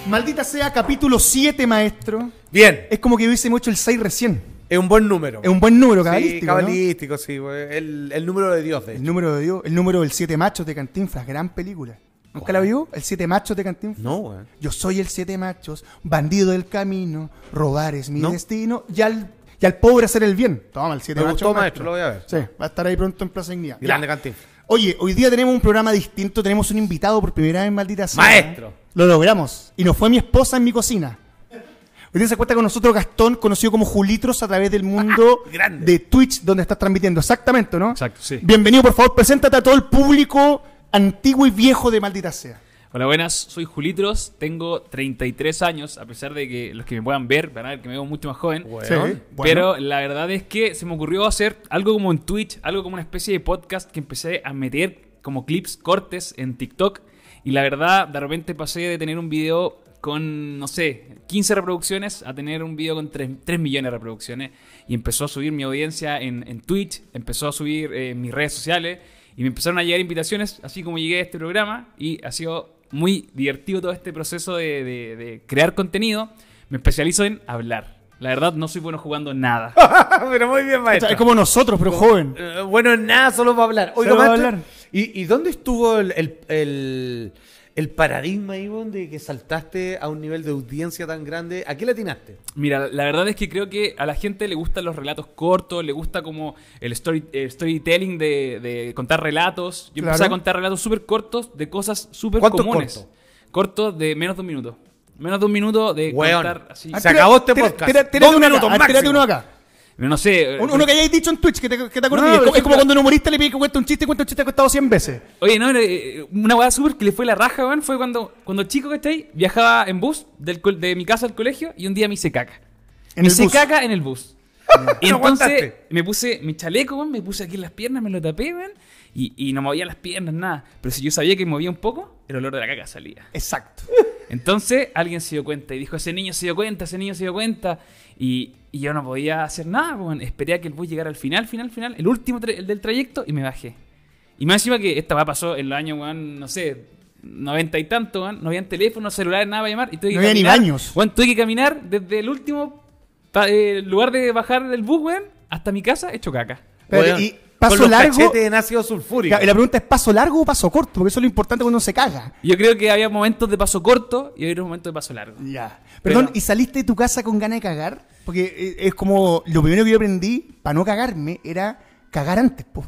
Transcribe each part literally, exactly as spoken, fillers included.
Maldita sea, capítulo siete, maestro. Bien. Es como que hubiésemos hecho el seis recién. Es un buen número. Es un buen número cabalístico, sí, cabalístico, ¿no? Sí, el, el número de Dios, de hecho. El número de Dios, el número del Siete Machos de Cantinflas, gran película. ¿Nunca la vio? El Siete Machos de Cantinflas. No, güey. Yo soy el Siete Machos, bandido del camino, robar es mi ¿No? destino, y al, y al pobre hacer el bien. Toma, el Siete Me Machos. gustó, maestro, lo voy a ver. Sí, va a estar ahí pronto en Plaza Dignidad. Grande Cantinflas. Oye, hoy día tenemos un programa distinto, tenemos un invitado por primera vez en Maldita Sea. Maestro. Lo logramos. Y nos fue mi esposa en mi cocina. Hoy día se cuenta con nosotros Gastón, conocido como Julitros a través del mundo Ah, de Twitch, donde estás transmitiendo. Exactamente, ¿no? Exacto, sí. Bienvenido, por favor, preséntate a todo el público antiguo y viejo de Maldita Sea. Hola, buenas, soy Julitros, tengo treinta y tres años, a pesar de que los que me puedan ver van a ver que me veo mucho más joven. Bueno. Sí, bueno. Pero la verdad es que se me ocurrió hacer algo como en Twitch, algo como una especie de podcast que empecé a meter como clips, cortes en TikTok. Y la verdad, de repente pasé de tener un video con, no sé, quince reproducciones a tener un video con tres millones de reproducciones. Y empezó a subir mi audiencia en, en Twitch, empezó a subir eh, mis redes sociales. Y me empezaron a llegar invitaciones, así como llegué a este programa. Y ha sido muy divertido todo este proceso de, de, de crear contenido. Me especializo en hablar. La verdad, no soy bueno jugando nada. Pero muy bien, O maestro. sea, es como nosotros, pero joven. Eh, bueno, nada, solo para hablar. Oiga, Solo para maestro, hablar. ¿Y, ¿y dónde estuvo el, el, el, el paradigma, Ivonne, de que saltaste a un nivel de audiencia tan grande? ¿A qué le atinaste? Mira, la verdad es que creo que a la gente le gustan los relatos cortos, le gusta como el, story, el storytelling de, de contar relatos. Yo Claro. empecé a contar relatos súper cortos de cosas súper ¿Cuánto comunes. corto? Cortos de menos de un minuto. Menos de un minuto de Weón. contar así. Ah, Se tira- acabó este tira- podcast. tira- tírate Dos uno minutos acá, ah, tírate máximo. uno acá. No sé. Uno, uno que hayáis dicho en Twitch, que te, que te acordás. No, es, por como, es como ejemplo- cuando un humorista le pide que cuente un chiste, cuenta un chiste que ha costado cien veces. Oye, no, eh, una weá súper que le fue la raja, weón, fue cuando, cuando chico, ¿cachai? Viajaba en bus del, col- de mi casa al colegio y un día me hice caca. En me el hice bus. caca en el bus. Y No entonces aguantaste. me puse mi chaleco, weón, me puse aquí en las piernas, me lo tapé, weón, y, y no movía las piernas, nada. Pero si yo sabía que movía un poco, el olor de la caca salía. Exacto. Entonces alguien se dio cuenta y dijo, ese niño se dio cuenta, ese niño se dio cuenta. Y, y yo no podía hacer nada, weón. Esperé a que el bus llegara al final, final, final, el último tra- el del trayecto y me bajé. Y más encima que esta weá pasó en los años, weón, no sé, noventa y tanto, weón. No habían teléfonos, celulares, nada para llamar. Y tuve que No había ni caminar, baños. Weón, tuve que caminar desde el último pa- eh, lugar de bajar del bus, weón, hasta mi casa hecho caca. Espérate, Weón, y paso con los largo. cachetes de ácido sulfúrico. Y la pregunta es: ¿paso largo o paso corto? Porque eso es lo importante cuando uno se caga. Yo creo que había momentos de paso corto y había momentos de paso largo. Ya. Perdón, Pero- ¿y saliste de tu casa con ganas de cagar? Porque eh, es como lo primero que yo aprendí para no cagarme era cagar antes, po.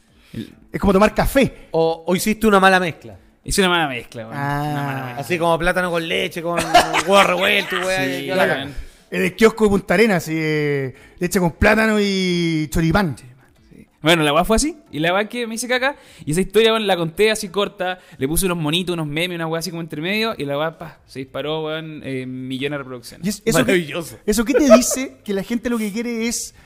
Es como tomar café. O, o hiciste una mala mezcla. Hice una mala mezcla, weón. Ah. Una mala mezcla. Así como plátano con leche, con huevo revuelto, y weá, Sí, y la weón. caga. En el kiosco de Punta Arenas, eh, leche con plátano y choripán. Bueno, la weá fue así. Y la weá es que me hice caca. Y esa historia, weón, la conté así corta. Le puse unos monitos, unos memes, una weá así como entre medio. Y la weá, pa, se disparó, weón, eh, millones de reproducciones. Y es- eso, que, Maravilloso. ¿Eso qué te dice? Que la gente lo que quiere es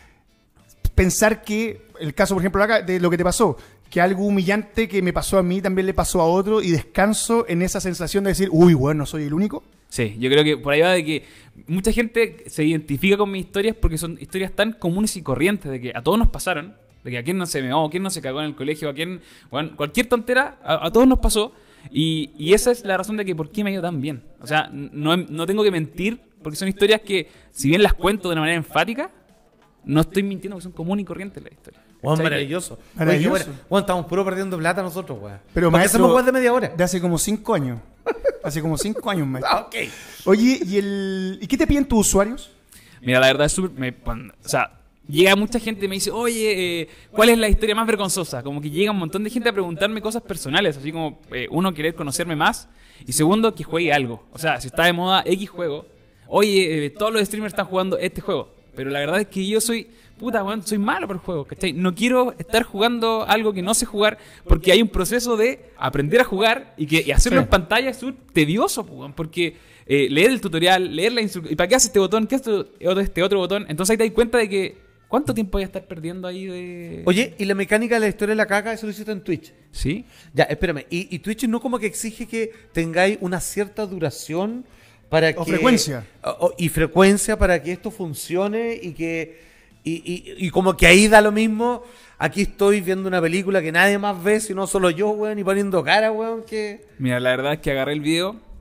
pensar que, el caso, por ejemplo, acá, de lo que te pasó, que algo humillante que me pasó a mí también le pasó a otro y descanso en esa sensación de decir, uy, bueno, soy el único. Sí, yo creo que por ahí va de que mucha gente se identifica con mis historias porque son historias tan comunes y corrientes de que a todos nos pasaron. De que a quién no se meó, a quién no se cagó en el colegio, a quién... Bueno, cualquier tontera, a, a todos nos pasó. Y, y esa es la razón de que por qué me ha ido tan bien. O sea, no, no tengo que mentir porque son historias que, si bien las cuento de una manera enfática, no estoy mintiendo porque son comunes y corrientes las historias. Weón, ¿Cachai? maravilloso. Maravilloso. Oye, qué bueno. Weón, estamos puro perdiendo plata nosotros, weón. Pero ¿Por qué maestro, hacemos weón de media hora? De hace como cinco años. Hace como cinco años, maestro. Ah, ok. Oye, ¿y, el, ¿y qué te piden tus usuarios? Mira, la verdad es súper... me- cuando- O sea, llega mucha gente y me dice, oye, eh, ¿cuál es la historia más vergonzosa? Como que llega un montón de gente a preguntarme cosas personales, así como, eh, uno, querer conocerme más, y segundo, que juegue algo. O sea, si está de moda X juego, oye, eh, todos los streamers están jugando este juego, pero la verdad es que yo soy, puta, weón, soy malo para el juego, ¿cachai? No quiero estar jugando algo que no sé jugar, porque hay un proceso de aprender a jugar y que y hacerlo Sí. en pantalla es súper tedioso, pues, weón, porque eh, leer el tutorial, leer la instrucción, ¿y para qué hace este botón? ¿Qué hace este otro botón? Entonces ahí te das cuenta de que ¿cuánto tiempo voy a estar perdiendo ahí de...? Oye, ¿y la mecánica de la historia de la caca, eso lo hiciste en Twitch? ¿Sí? Ya, espérame. ¿Y, y Twitch no como que exige que tengáis una cierta duración para que... O frecuencia. o- o- y frecuencia para que esto funcione y que... Y, y, y como que ahí da lo mismo. Aquí estoy viendo una película que nadie más ve, sino solo yo, weón, y poniendo cara, weón, que... Mira, la verdad es que agarré el video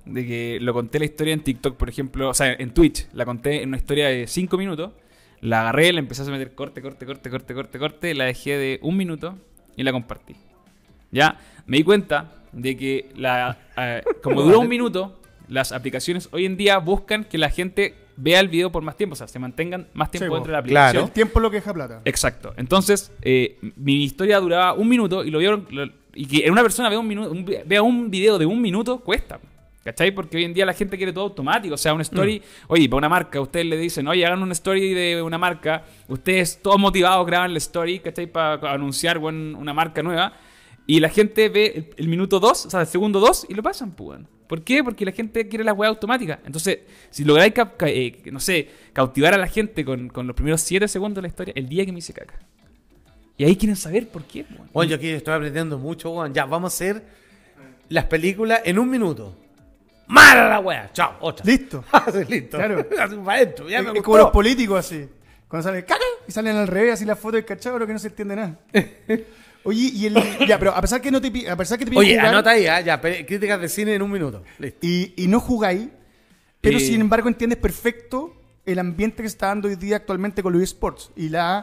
de que lo conté la historia en TikTok, por ejemplo, o sea, en Twitch, la conté en una historia de cinco minutos, la agarré, la empecé a meter corte, corte, corte, corte, corte, corte, la dejé de un minuto y la compartí. Ya, me di cuenta de que la, eh, como duró un minuto, las aplicaciones hoy en día buscan que la gente vea el video por más tiempo, o sea, se mantengan más tiempo Sí, dentro de la claro. aplicación. El tiempo es lo que deja plata. Exacto. Entonces, eh, mi historia duraba un minuto y lo vieron. Lo, y que una persona vea un, minuto, un, vea un video de un minuto cuesta. ¿Cachai? Porque hoy en día la gente quiere todo automático. O sea, una story. Mm. Oye, para una marca, ustedes le dicen, oye, hagan una story de una marca. Ustedes, todos motivados, graban la story, ¿cachai? Para anunciar bueno, una marca nueva. Y la gente ve el, el minuto dos, o sea, el segundo dos, y lo pasan, pues. ¿Por qué? Porque la gente quiere la weá automática. Entonces, si lográis, ca ca eh, no sé, cautivar a la gente con, con los primeros siete segundos de la historia, el día que me hice caca. Y ahí quieren saber por qué, weón. Bueno, yo aquí estoy aprendiendo mucho, weón. Ya, vamos a hacer las películas en un minuto. ¡Mala la weá! ¡Chao! Otra. Listo. Así, listo. Claro. Así para adentro. Ya Es, me es gustó. como los políticos así. Cuando salen caca y salen al revés, así la foto del cachado, lo que no se entiende nada. Oye, y el. Ya, pero a pesar que no te pi- a pesar que te piden Oye, jugar, anota ahí, ¿eh? Ya, pe- críticas de cine en un minuto. Listo. y, y no jugáis, pero Eh. sin embargo entiendes perfecto el ambiente que se está dando hoy día actualmente con los eSports y la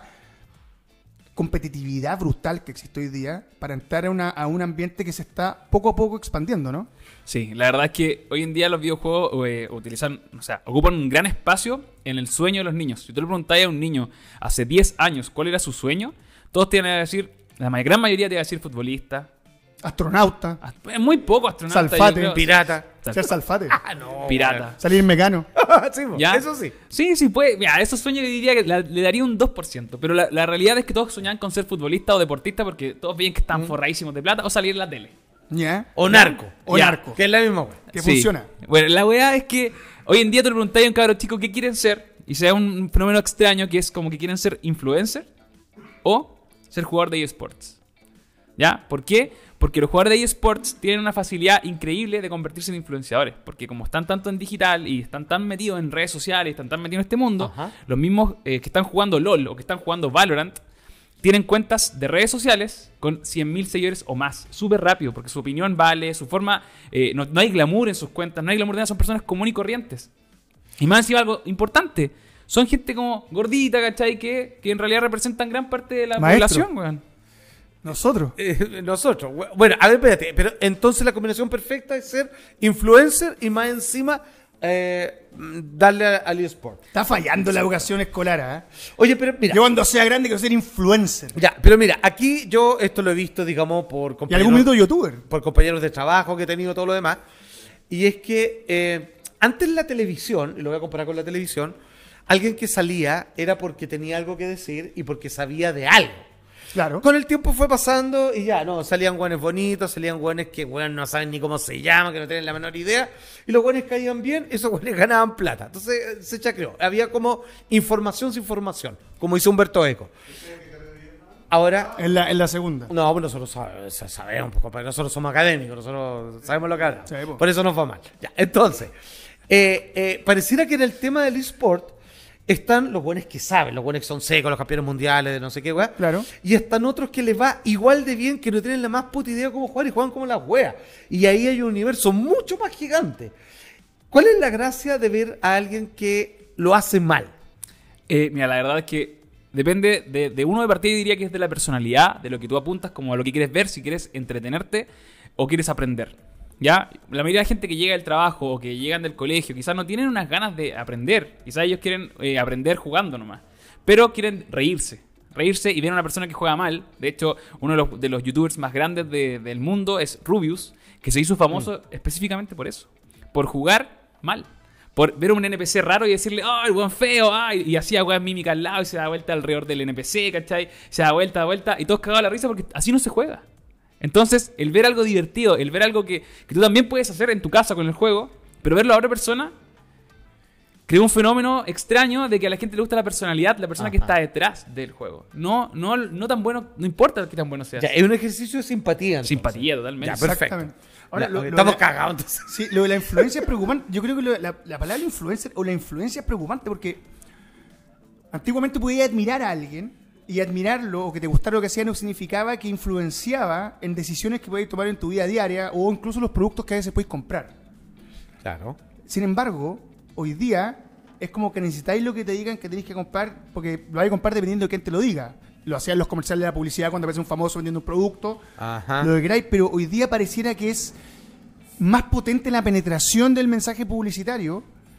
competitividad brutal que existe hoy día para entrar a, una, a un ambiente que se está poco a poco expandiendo, ¿no? Sí, la verdad es que hoy en día los videojuegos eh, utilizan, o sea, ocupan un gran espacio en el sueño de los niños. Si tú le preguntáis a un niño hace diez años cuál era su sueño, todos tienen a decir, la ma- gran mayoría te va a decir futbolista. Astronauta, Es muy poco astronauta. Salfate, yo creo. Pirata. ser salfate, Ah, no. Pirata. salir mecano. Sí, po, ¿Ya? eso sí. Sí, sí, puede. Mira, esos sueños yo diría que la- le daría un dos por ciento. Pero la, la realidad es que todos soñaban con ser futbolista o deportista porque todos veían que estaban forradísimos de plata o salir en la tele. ¿Ya? O narco. O Ya. narco. Que es la misma weá. Que Sí. funciona. Bueno, la weá es que hoy en día te le preguntáis a un cabrón chico qué quieren ser y sea un fenómeno extraño que es como que quieren ser influencer o ser jugador de eSports. ¿Ya? ¿Por qué? Porque los jugadores de eSports tienen una facilidad increíble de convertirse en influenciadores. Porque como están tanto en digital y están tan metidos en redes sociales, están tan metidos en este mundo, Ajá. los mismos eh, que están jugando LOL o que están jugando Valorant tienen cuentas de redes sociales con cien mil seguidores o más. Súper rápido, porque su opinión vale, su forma... eh, no, no hay glamour en sus cuentas, no hay glamour de nada, son personas comunes y corrientes. Y más encima algo importante, son gente como gordita, ¿cachai? Que, que en realidad representan gran parte de la Maestro. población, weón. Nosotros. Eh, nosotros. we- Bueno, a ver, espérate. Pero entonces la combinación perfecta es ser influencer y más encima eh, darle a- al eSport. Está fallando la educación escolar, ¿eh? Oye, pero mira. Yo cuando sea grande quiero ser influencer. Ya, pero mira, aquí yo esto lo he visto, digamos, por Y compañeros, algún minuto youtuber. por compañeros de trabajo que he tenido, todo lo demás. Y es que eh, antes la televisión, y lo voy a comparar con la televisión, alguien que salía era porque tenía algo que decir y porque sabía de algo. Claro. Con el tiempo fue pasando y ya, no, salían guanes bonitos, salían guanes que bueno, no saben ni cómo se llaman, que no tienen la menor idea, y los guanes caían bien, esos guanes ganaban plata. Entonces eh, se chacreó. Había como información sin información, como hizo Humberto Eco. Ahora, En la, en la segunda. no, pues nosotros sabe- sa- sabemos, pues, compadre, nosotros somos académicos, nosotros sabemos lo que hablamos. Sí, pues. Por eso nos va mal. Ya, entonces, eh, eh, pareciera que en el tema del eSport están los buenos que saben, los buenos que son secos, los campeones mundiales, de no sé qué, weá. Claro. Y están otros que les va igual de bien, que no tienen la más puta idea de cómo jugar y juegan como las weas. Y ahí hay un universo mucho más gigante. ¿Cuál es la gracia de ver a alguien que lo hace mal? Eh, mira, la verdad es que depende de, de uno de partida, yo diría que es de la personalidad, de lo que tú apuntas, como a lo que quieres ver, si quieres entretenerte o quieres aprender. ¿Ya? La mayoría de la gente que llega del trabajo o que llegan del colegio quizás no tienen unas ganas de aprender. Quizás ellos quieren eh, aprender jugando nomás. Pero quieren reírse. Reírse y ver a una persona que juega mal. De hecho, uno de los, de los youtubers más grandes de- del mundo es Rubius, que se hizo famoso específicamente por eso. Por jugar mal. Por ver a un N P C raro y decirle, ¡oh, el buen feo! Ay, y hacía weón mímica al lado y se da vuelta alrededor del N P C, ¿cachai? Se da vuelta, da vuelta y todos cagaban la risa porque así no se juega. Entonces, el ver algo divertido, el ver algo que, que tú también puedes hacer en tu casa con el juego, pero verlo a otra persona, crea un fenómeno extraño de que a la gente le gusta la personalidad, la persona que Ajá. está detrás del juego. No, no, no tan bueno, no importa qué tan bueno sea. Ya, es un ejercicio de simpatía. entonces. Simpatía, totalmente. Ya, perfecto. Exactamente. Ahora, Ya, lo- ok, lo- estamos la- cagados entonces. Sí, lo de la influencia es preocupante. Yo creo que lo- la, la palabra influencer o la influencia es preocupante porque antiguamente podías admirar a alguien y admirarlo o que te gustara lo que hacía no significaba que influenciaba en decisiones que podías tomar en tu vida diaria o incluso los productos que a veces podéis comprar. Claro. Sin embargo, hoy día es como que necesitáis lo que te digan que tenéis que comprar, porque lo vais a comprar dependiendo de quién te lo diga. Lo hacían los comerciales de la publicidad cuando aparece un famoso vendiendo un producto, Ajá. lo que queráis, pero hoy día pareciera que es más potente la penetración del mensaje publicitario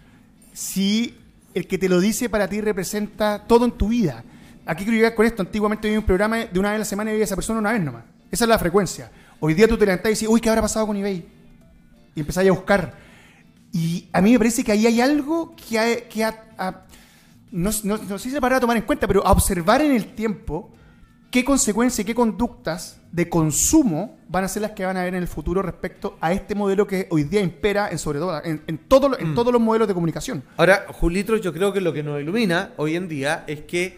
si el que te lo dice para ti representa todo en tu vida. Aquí quiero llegar con esto. Antiguamente había un programa de una vez a la semana y veía a esa persona una vez nomás. Esa es la frecuencia. Hoy día tú te levantás y dices, uy, ¿qué habrá pasado con eBay? Y empezáis a buscar. Y a mí me parece que ahí hay algo que, ha, que ha, ha, no, no, no sé si es para tomar en cuenta, pero a observar en el tiempo qué consecuencias y qué conductas de consumo van a ser las que van a haber en el futuro respecto a este modelo que hoy día impera en sobre todo en, en, todo, en mm. todos los modelos de comunicación. Ahora, Julitro, yo creo que lo que nos ilumina hoy en día es que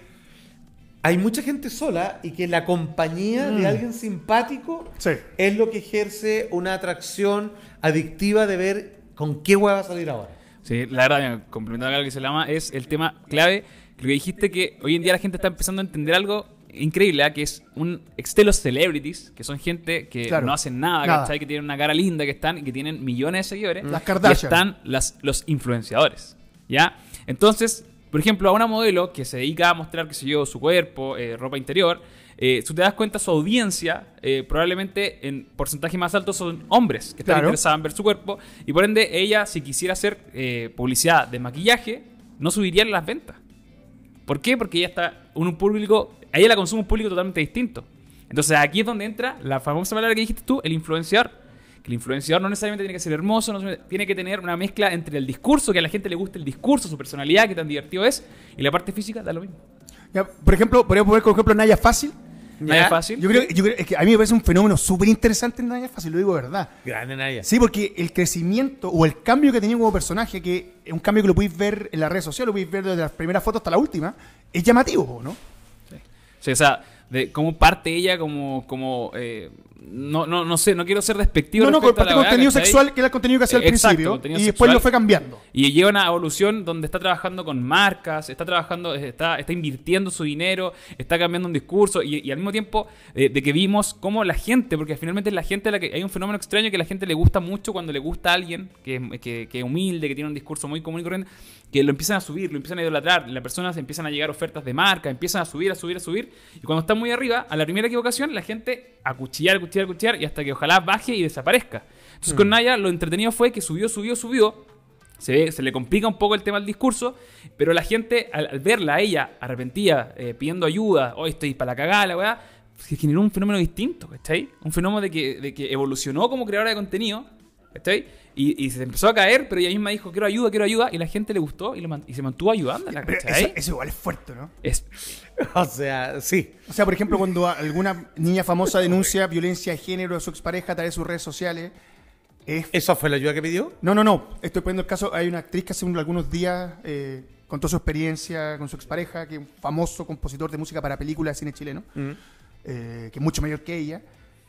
hay mucha gente sola y que la compañía mm. de alguien simpático sí. es lo que ejerce una atracción adictiva de ver con qué hueá va a salir ahora. Sí, la verdad, complementando algo que se llama, es el tema clave. Lo que dijiste que hoy en día la gente está empezando a entender algo increíble, ¿eh? Que es un extelo celebrities, que son gente que claro. no hacen nada, nada. ¿cachai? Que tienen una cara linda, que están, que tienen millones de seguidores. Las Kardashian. Y están las, los influenciadores, ¿ya? Entonces, por ejemplo, a una modelo que se dedica a mostrar, qué sé yo, su cuerpo, eh, ropa interior, eh, si te das cuenta, su audiencia eh, probablemente en porcentaje más alto son hombres que están claro. interesados en ver su cuerpo, y por ende ella, si quisiera hacer eh, publicidad de maquillaje, no subiría las ventas. ¿Por qué? Porque ella está en un público, a ella la consume un público totalmente distinto. Entonces aquí es donde entra la famosa palabra que dijiste tú, el influenciador. Que el influenciador no necesariamente tiene que ser hermoso, no, tiene que tener una mezcla entre el discurso, que a la gente le guste el discurso, su personalidad, que tan divertido es, y la parte física da lo mismo. Ya, por ejemplo, podríamos poner como ejemplo Naya Fácil. Naya Fácil. Yo creo, yo creo es que a mí me parece un fenómeno súper interesante en Naya Fácil, lo digo de verdad. Grande Naya. Sí, porque el crecimiento o el cambio que tenía como personaje, que es un cambio que lo podéis ver en las redes sociales, lo podéis ver desde las primeras fotos hasta la última, es llamativo, ¿no? Sí, sí, o sea, de cómo parte ella como... como eh, no, no, no sé, no quiero ser despectivo. No, no, respecto parte a la contenido weá, sexual, que era el contenido que hacía al Exacto, principio, y contenido después sexual. lo fue cambiando. Y lleva una evolución donde está trabajando con marcas, está trabajando, está, está invirtiendo su dinero, está cambiando un discurso y, y al mismo tiempo eh, de que vimos cómo la gente, porque finalmente la gente, la que hay un fenómeno extraño que a la gente le gusta mucho cuando le gusta a alguien que, que, que es humilde, que tiene un discurso muy común y corriente, que lo empiezan a subir, lo empiezan a idolatrar, las personas empiezan a llegar ofertas de marca, empiezan a subir, a subir, a subir, y cuando están muy arriba, a la primera equivocación, la gente a cuchillar, cuchillar, cuchillar, y hasta que ojalá baje y desaparezca. Entonces mm. con Naya lo entretenido fue que subió, subió, subió, se, ve, se le complica un poco el tema del discurso, pero la gente, al, al verla a ella arrepentida, eh, pidiendo ayuda, hoy oh, estoy para la cagada, la weá, se generó un fenómeno distinto, ¿cachai? Un fenómeno de que, de que evolucionó como creadora de contenido, ¿cachai? Y, y se empezó a caer, pero ella misma dijo, quiero ayuda, quiero ayuda, y la gente le gustó y, lo, y se mantuvo ayudándola, ¿cachai? Eso, eso igual es fuerte, ¿no? Es, o sea, sí. O sea, por ejemplo, cuando alguna niña famosa denuncia violencia de género de su expareja a través de sus redes sociales... Es... ¿Eso fue la ayuda que pidió? No, no, no. Estoy poniendo el caso, hay una actriz que hace algunos días eh, contó su experiencia con su expareja, que es un famoso compositor de música para películas de cine chileno, mm. eh, que es mucho mayor que ella,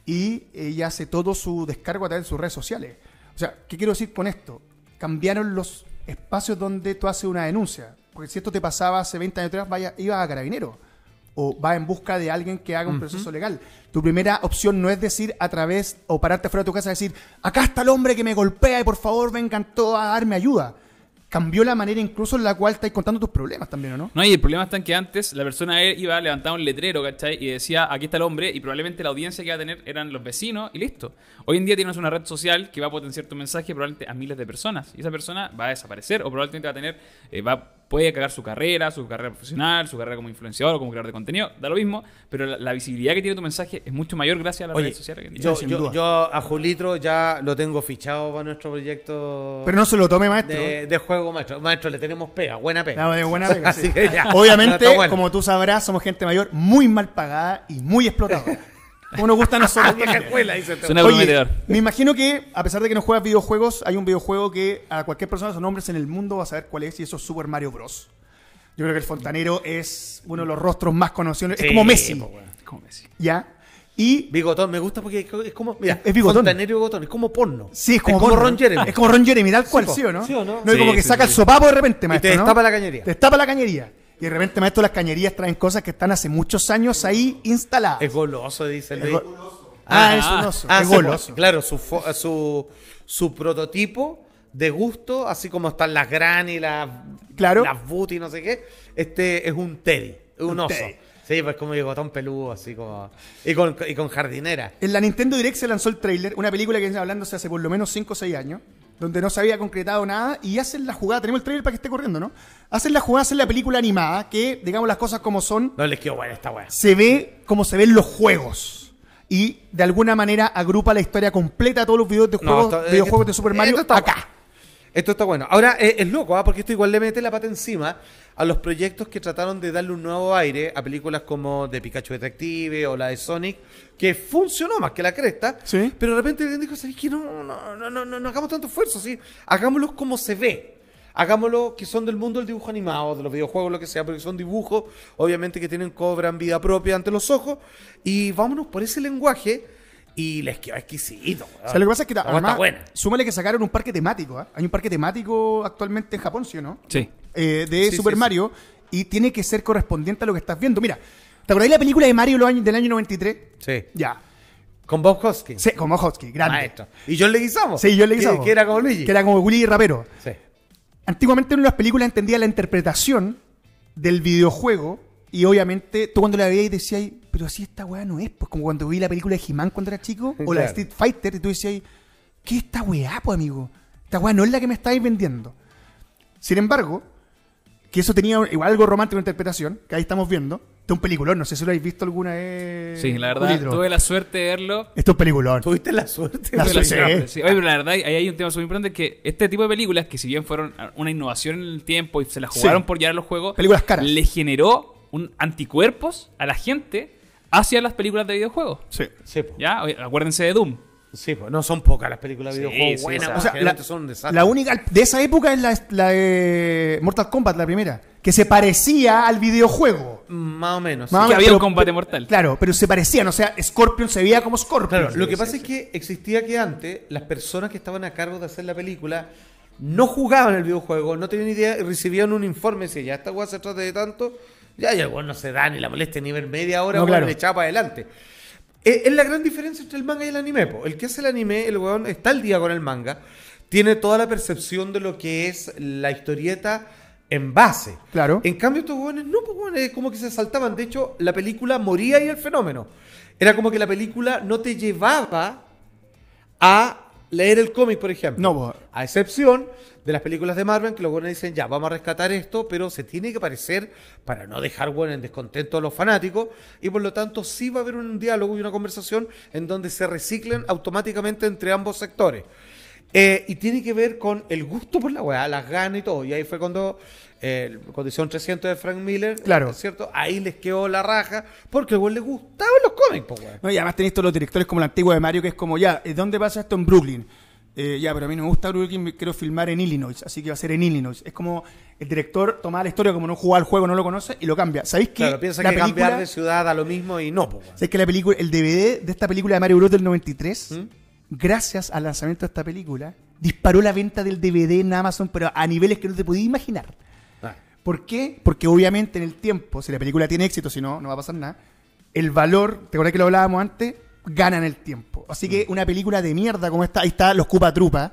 y ella hace todo su descargo a través de sus redes sociales. O sea, ¿qué quiero decir con esto? Cambiaron los espacios donde tú haces una denuncia. Porque si esto te pasaba hace veinte años atrás, vaya, ibas a Carabineros. O vas en busca de alguien que haga un uh-huh. proceso legal. Tu primera opción no es decir a través, o pararte fuera de tu casa y decir, acá está el hombre que me golpea y por favor vengan todos a darme ayuda. Cambió la manera incluso en la cual estás contando tus problemas también, ¿o no? No, y el problema está en que antes la persona iba a levantar un letrero, ¿cachai? Y decía, aquí está el hombre, y probablemente la audiencia que iba a tener eran los vecinos, y listo. Hoy en día tienes una red social que va a potenciar tu mensaje probablemente a miles de personas, y esa persona va a desaparecer, o probablemente va a tener, eh, va, puede cagar su carrera, su carrera profesional, su carrera como influenciador o como creador de contenido, da lo mismo, pero la, la visibilidad que tiene tu mensaje es mucho mayor gracias a las Oye, redes sociales. Yo, yo, yo a Julitro ya lo tengo fichado para nuestro proyecto. Pero no se lo tome, maestro. De, de juego, maestro. Maestro, le tenemos pega, buena pega. No, de buena pega, sí. Así que ya. Obviamente, no, bueno. como tú sabrás, somos gente mayor muy mal pagada y muy explotada. Como nos gusta a nosotros. escuela, dice Suena Oye, prometedor. me imagino que, a pesar de que no juegas videojuegos, hay un videojuego que a cualquier persona, son hombres en el mundo, va a saber cuál es, y eso es Super Mario Bros. Yo creo que el fontanero es uno de los rostros más conocidos. Sí, es como Messi. Pues, bueno. como Messi. ¿Ya? Y Bigotón, me gusta porque es como, mira, es bigotón. Fontanero y Bigotón, es como porno. Sí, es como, es como porno, Ron Jeremy. Es como Ron Jeremy, tal cual, sí, ¿sí o no? ¿Sí o no? No, sí, como que sí, saca sí. el sopapo de repente, maestro, y te ¿no? destapa la cañería. Te destapa la cañería. Y de repente, maestro, las cañerías traen cosas que están hace muchos años ahí instaladas. Es goloso, dice el Es Luis. go- Ah, Ah, es un oso. Ah, es sí, goloso. claro, su, fo- su, su prototipo de gusto, así como están las Granny, las, Claro. las Booty, no sé qué, este es un Teddy, es un, Un oso. Teddy. Sí, pues como bigotón peludo, así como... Y con, y con jardinera. En la Nintendo Direct se lanzó el tráiler, una película que viene hablándose hace por lo menos cinco o seis años, donde no se había concretado nada, y hacen la jugada, tenemos el tráiler para que esté corriendo, ¿no? Hacen la jugada, hacen la película animada, que, digamos las cosas como son, No les quedó buena esta weá. se ve como se ven los juegos. Y de alguna manera agrupa la historia completa de todos los videos de No, juegos, esto- eh, videojuegos de Super Mario esto está acá. bueno. Esto está bueno. Ahora, eh, es loco, ¿ah? Porque esto igual le mete la pata encima a los proyectos que trataron de darle un nuevo aire a películas como de Pikachu Detective o la de Sonic, que funcionó más que la cresta, Sí. pero de repente alguien dijo, ¿sabes qué? No, no, no, no, no, no hagamos tanto esfuerzo, ¿sí? Hagámoslos como se ve. Hagámoslo que son del mundo del dibujo animado, de los videojuegos, lo que sea, porque son dibujos, obviamente que tienen, cobran vida propia ante los ojos, y vámonos por ese lenguaje. Y les quedó exquisito. O sea, lo que pasa es que La además, está buena. súmale que sacaron un parque temático, ¿ah? Hay un parque temático actualmente en Japón, ¿sí o no? Sí. Eh, de Sí, Super sí, sí. Mario, y tiene que ser correspondiente a lo que estás viendo. Mira, ¿te acordáis de la película de Mario los años- del año noventa y tres? Sí. Ya. Con Bob Hoskins. Sí, como Hotsky, grande. Maestro. Y John Leguizamo. Sí, yo le que, Leguizamo. que era como Luigi. Que era como Willy Rapero. Sí. Antiguamente en las películas entendía la interpretación del videojuego, y obviamente tú cuando la veías decías, pero así esta weá no es, pues como cuando vi la película de He-Man cuando era chico, o la de Claro. Street Fighter, y tú decías, ¿qué es esta weá, pues amigo? Esta weá no es la que me estáis vendiendo. Sin embargo, que eso tenía igual algo romántico en interpretación, que ahí estamos viendo, de un peliculón, no sé si lo habéis visto alguna vez. Sí, la verdad, Julitro. tuve la suerte de verlo. Esto es un peliculón. Tuviste la suerte. La de- Tuve suerte. Sí, oye, pero la verdad, ahí hay un tema súper importante, que este tipo de películas, que si bien fueron una innovación en el tiempo y se las jugaron Sí. por llevar a los juegos, Películas caras. le generó un anticuerpos a la gente hacia las películas de videojuegos. Sí. Sí, po. ¿Ya? Oye, acuérdense de Doom. Sí, po. No son pocas las películas de Sí, videojuegos sí, buenas. o sea, po. O sea, Generalmente la, son un desastre. la única de esa época es la, la de Mortal Kombat, la primera, que se parecía al videojuego. Más o menos. Más o sí. Que había pero- un combate mortal. Claro, pero se parecían, o sea, Scorpion se veía como Scorpion. Claro, lo que pasa es que existía que antes las personas que estaban a cargo de hacer la película no jugaban el videojuego, no tenían idea y recibían un informe y decían, ya esta weá se trata de tanto, ya, ya, bueno, no se da ni la molestia ni ver media hora, No, bueno, claro. le echaba para adelante. Es, es la gran diferencia entre el manga y el anime, po. El que hace el anime, el weón está al día con el manga, tiene toda la percepción de lo que es la historieta en base. Claro. En cambio, estos weones no, pues weones, es como que se saltaban. De hecho, la película moría y el fenómeno. Era como que la película no te llevaba a leer el cómic, por ejemplo. No, po. A excepción de las películas de Marvel, que los buenos dicen, ya, vamos a rescatar esto, pero se tiene que parecer para no dejar bueno en descontento a los fanáticos, y por lo tanto sí va a haber un diálogo y una conversación en donde se reciclen automáticamente entre ambos sectores. Eh, y tiene que ver con el gusto por la weá, las ganas y todo. Y ahí fue cuando, eh, cuando hicieron trescientos de Frank Miller, Claro. ¿cierto? Ahí les quedó la raja, porque al weón le gustaban los cómics, po, weón. No, y además tenéis todos los directores como la antigua de Mario, que es como, ya, ¿eh, ¿dónde pasa esto? En Brooklyn. Eh, ya, pero a mí no me gusta Brooklyn, me quiero filmar en Illinois, así que va a ser en Illinois. Es como el director toma la historia, como no jugaba al juego, no lo conoce, y lo cambia. ¿Sabéis que Claro, piensa la que película, cambiar de ciudad da lo mismo y no, po, weón. ¿sabéis que la película, el D V D de esta película de Mario Bros. Del noventa y tres, ¿Mm? gracias al lanzamiento de esta película, disparó la venta del D V D en Amazon, pero a niveles que no te podías imaginar. Ah. ¿Por qué? Porque obviamente en el tiempo, si la película tiene éxito, si no, no va a pasar nada, el valor, ¿te acuerdas que lo hablábamos antes? Gana en el tiempo. Así que una película de mierda como esta, ahí está Los Cupa Trupa,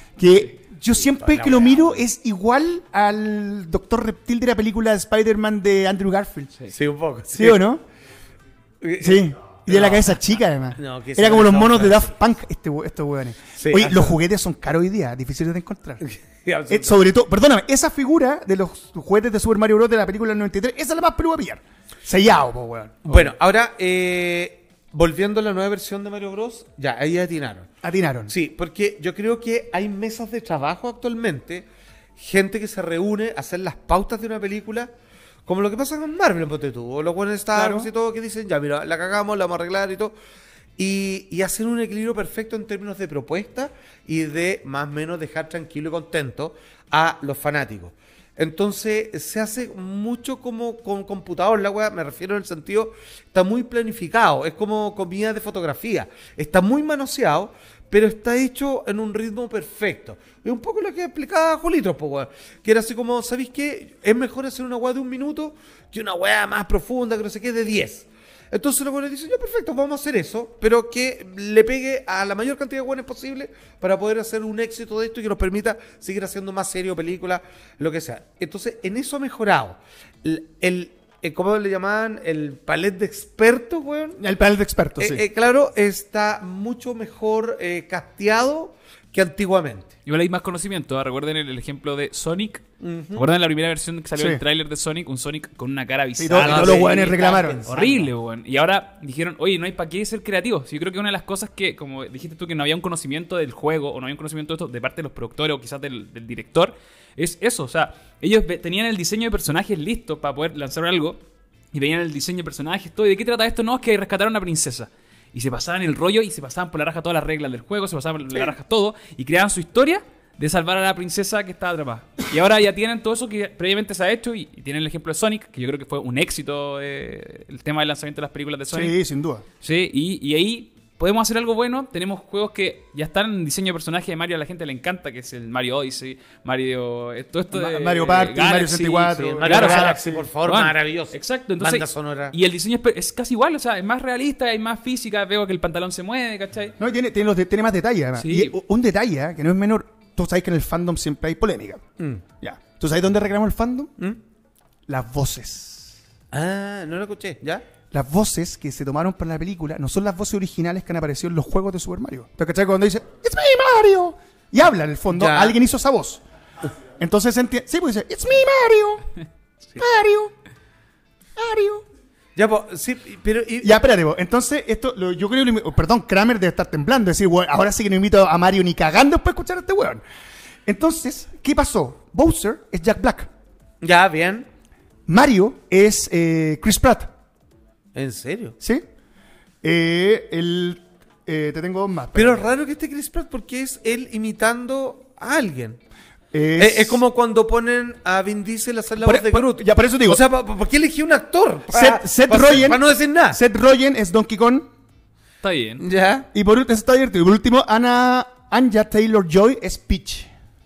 que yo siempre que lo miro es igual al Doctor Reptil de la película de Spider-Man de Andrew Garfield. ¿Sí, Sí, un poco. o no? Eh, Sí. Y de la No. cabeza chica, además. No, que Era esa como los no, monos de claro. Daft Punk, este, we- estos hueones. Sí, Oye, hasta- los juguetes son caros hoy día, difíciles de encontrar. Sí, Eh, absolutamente. sobre todo, perdóname, esa figura de los juguetes de Super Mario Bros. De la película del noventa y tres, esa es la más peluda a pillar. Sellado, po, weón. Bueno, ahora, eh, volviendo a la nueva versión de Mario Bros, ya, ahí atinaron. Atinaron. Sí, porque yo creo que hay mesas de trabajo actualmente, gente que se reúne a hacer las pautas de una película, como lo que pasa con Marvel, ponte tú, o los buenos Star Wars Claro. y todo, que dicen, ya, mira, la cagamos, la vamos a arreglar y todo. Y, y hacer un equilibrio perfecto en términos de propuesta y de más o menos dejar tranquilo y contento a los fanáticos. Entonces se hace mucho como con computador, la weá, me refiero en el sentido, está muy planificado, es como comida de fotografía, está muy manoseado, pero está hecho en un ritmo perfecto. Es un poco lo que explicaba Julito, po, weón, que era así como, ¿sabéis qué? Es mejor hacer una weá de un minuto que una weá más profunda, que no sé qué, de diez. Entonces los buenos dicen, ya perfecto, vamos a hacer eso, pero que le pegue a la mayor cantidad de buenos posible para poder hacer un éxito de esto y que nos permita seguir haciendo más series, películas, lo que sea. Entonces, en eso ha mejorado. El, el, el ¿cómo le llamaban? El palet de expertos, weón. El panel de expertos, Eh, sí. eh, claro, está mucho mejor eh, casteado que antiguamente. Igual hay más conocimiento. ¿eh? Recuerden el, el ejemplo de Sonic. ¿Recuerdan la primera versión que salió Sí. el tráiler de Sonic? Un Sonic con una cara Sí, todo- bizarra. todos los sí, hueones estaba reclamaron. pensando. Horrible, weón. Y ahora dijeron, oye, no hay para qué ser creativo. Sí, yo creo que una de las cosas que, como dijiste tú, que no había un conocimiento del juego o no había un conocimiento de esto de parte de los productores o quizás del, del director, es eso. O sea, ellos ve- tenían el diseño de personajes listo para poder lanzar algo y veían el diseño de personajes, todo. ¿Y de qué trata esto? No, es que rescataron a una princesa. Y se pasaban el rollo y se pasaban por la raja todas las reglas del juego, se pasaban por la raja todo y creaban su historia de salvar a la princesa que estaba atrapada. Y ahora ya tienen todo eso que previamente se ha hecho y, y tienen el ejemplo de Sonic, que yo creo que fue un éxito eh, el tema del lanzamiento de las películas de Sonic. Sí, sin duda. Sí, y, y ahí podemos hacer algo bueno. Tenemos juegos que ya están en diseño de personaje de Mario, a la gente le encanta, que es el Mario Odyssey, Mario... eh, Todo esto Ma- de, Mario Party, Galaxy, Mario sesenta y cuatro, Sí, el Mario Mario Galaxy, Galaxy, por favor, Bueno, maravilloso. Exacto, entonces... Banda sonora. Y el diseño es, es casi igual, o sea, es más realista, hay más física, veo que el pantalón se mueve, ¿cachai? No, y tiene, tiene, los de- tiene más detalle, además. Sí. Y u- un detalle ¿eh? que no es menor. Tú sabes que en el fandom siempre hay polémica. Mm. Ya. ¿Tú sabes dónde reclamó el fandom? ¿Mm? Las voces. Ah, no lo escuché, ¿ya? Las voces que se tomaron para la película no son las voces originales que han aparecido en los juegos de Super Mario. ¿Te cachai? Cuando dice, ¡It's me, Mario! Y habla, en el fondo, Ya. alguien hizo esa voz. Entonces se entiende. Sí, pues dice, ¡It's me, Mario! Mario. Mario. Ya, pues, sí, pero... y- Ya, espérate, vos. Entonces, esto, lo- yo creo que, perdón, Kramer debe estar temblando, decir, bueno, ahora sí que no invito a Mario ni cagando después de escuchar a este weón. Entonces, ¿qué pasó? Bowser es Jack Black. Ya, bien. Mario es eh, Chris Pratt, ¿En serio? ¿sí? Eh, el, eh, te tengo dos más. Pero es espérate. raro que esté Chris Pratt porque es él imitando a alguien. Es, Es, es como cuando ponen a Vin Diesel a hacer la Por- voz de por- Groot. ya, por eso digo. O sea, ¿por, por qué elegí un actor? Seth, Seth para, Rogen. Para no decir nada. Seth Rogen es Donkey Kong. Está bien. Ya. Y por, eso está divertido. Y por último, Anna, Anya Taylor-Joy es Peach.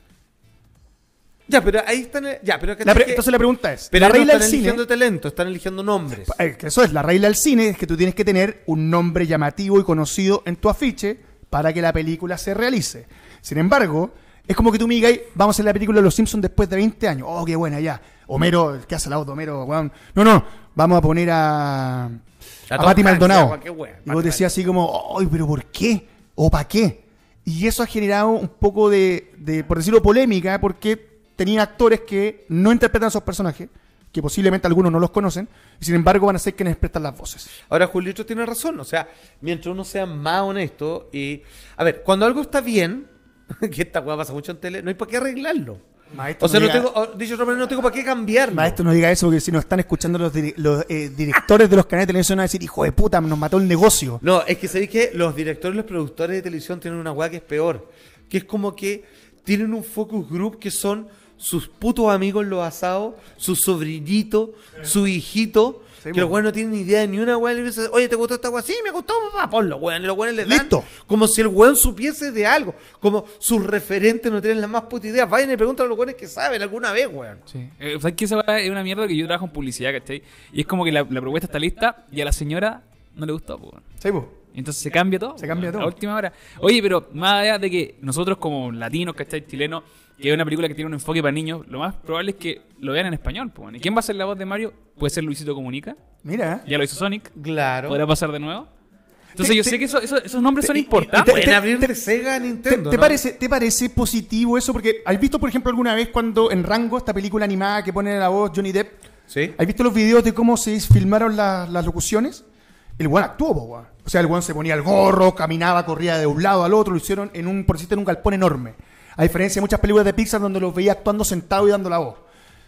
Ya, pero ahí están... Ya, pero... La pre- que- entonces la pregunta es, pero la no regla están del cine... eligiendo talento, están eligiendo nombres. Eh, que Eso es, la regla del cine es que tú tienes que tener un nombre llamativo y conocido en tu afiche para que la película se realice. Sin embargo, es como que tú me digas, vamos a hacer la película de Los Simpsons después de veinte años. Oh, qué buena, ya. Homero, ¿qué hace la voz de Homero? Weón. No, no, vamos a poner a, a, Tom Pati Hanks, Maldonado. a cualquier wea. Y vos decías así como, ay, pero ¿por qué? ¿O para qué? Y eso ha generado un poco de, de, por decirlo, polémica, porque tenían actores que no interpretan a esos personajes, que posiblemente algunos no los conocen, y sin embargo van a ser quienes prestan las voces. Ahora, Julito tiene razón. O sea, mientras uno sea más honesto y... A ver, cuando algo está bien, que esta weá pasa mucho en tele, no hay para qué arreglarlo. Maestro, O sea, no no diga- tengo... o, dicho otra manera, no tengo para qué cambiarlo. Maestro, no diga eso, porque si nos están escuchando los, diri- los eh, directores de los canales de televisión van a decir, hijo de puta, nos mató el negocio. No, es que sabéis que los directores y los productores de televisión tienen una weá que es peor. Que es como que tienen un focus group que son sus putos amigos en los asados, su sobrinito, su hijito, Sí, que los po. weones no tienen ni idea de ni una weá. Y le dicen, oye, ¿te gustó esta weá? Sí, me gustó, papá, ponlo, weón. Y los weones le dan Listo. como si el weón supiese de algo. Como sus referentes no tienen la más puta idea. Vayan y preguntan a los weones que saben alguna vez, weón. Sí. Eh, ¿Sabes qué? Esa weá es una mierda que yo trabajo en publicidad, ¿cachai? Y es como que la, la propuesta está lista y a la señora no le gustó, pues. Sí, po. Y entonces se cambia todo. Se cambia a todo. la última hora. Oye, pero más allá de que nosotros como latinos, ¿cachai? Chilenos, que es una película que tiene un enfoque para niños, lo más probable es que lo vean en español, pues. ¿Y quién va a ser la voz de Mario? Puede ser Luisito Comunica. Mira. Ya lo hizo Sonic. Claro. ¿Podrá pasar de nuevo? Entonces Te- yo te- sé que eso- eso- esos nombres son te- importantes. te- Pueden te- abrir te- de Sega a ¿Te, Nintendo, te ¿no? parece, ¿Te parece positivo eso? Porque ¿has visto, por ejemplo, alguna vez cuando en Rango, esta película animada que pone la voz Johnny Depp, Sí. ¿has visto los videos de cómo se filmaron la- las locuciones? El weón actuó, po, weón. O sea, el weón se ponía el gorro, caminaba, corría de un lado al otro, lo hicieron en un, por decirte, en un galpón enorme. A diferencia de muchas películas de Pixar donde los veía actuando sentado y dando la voz.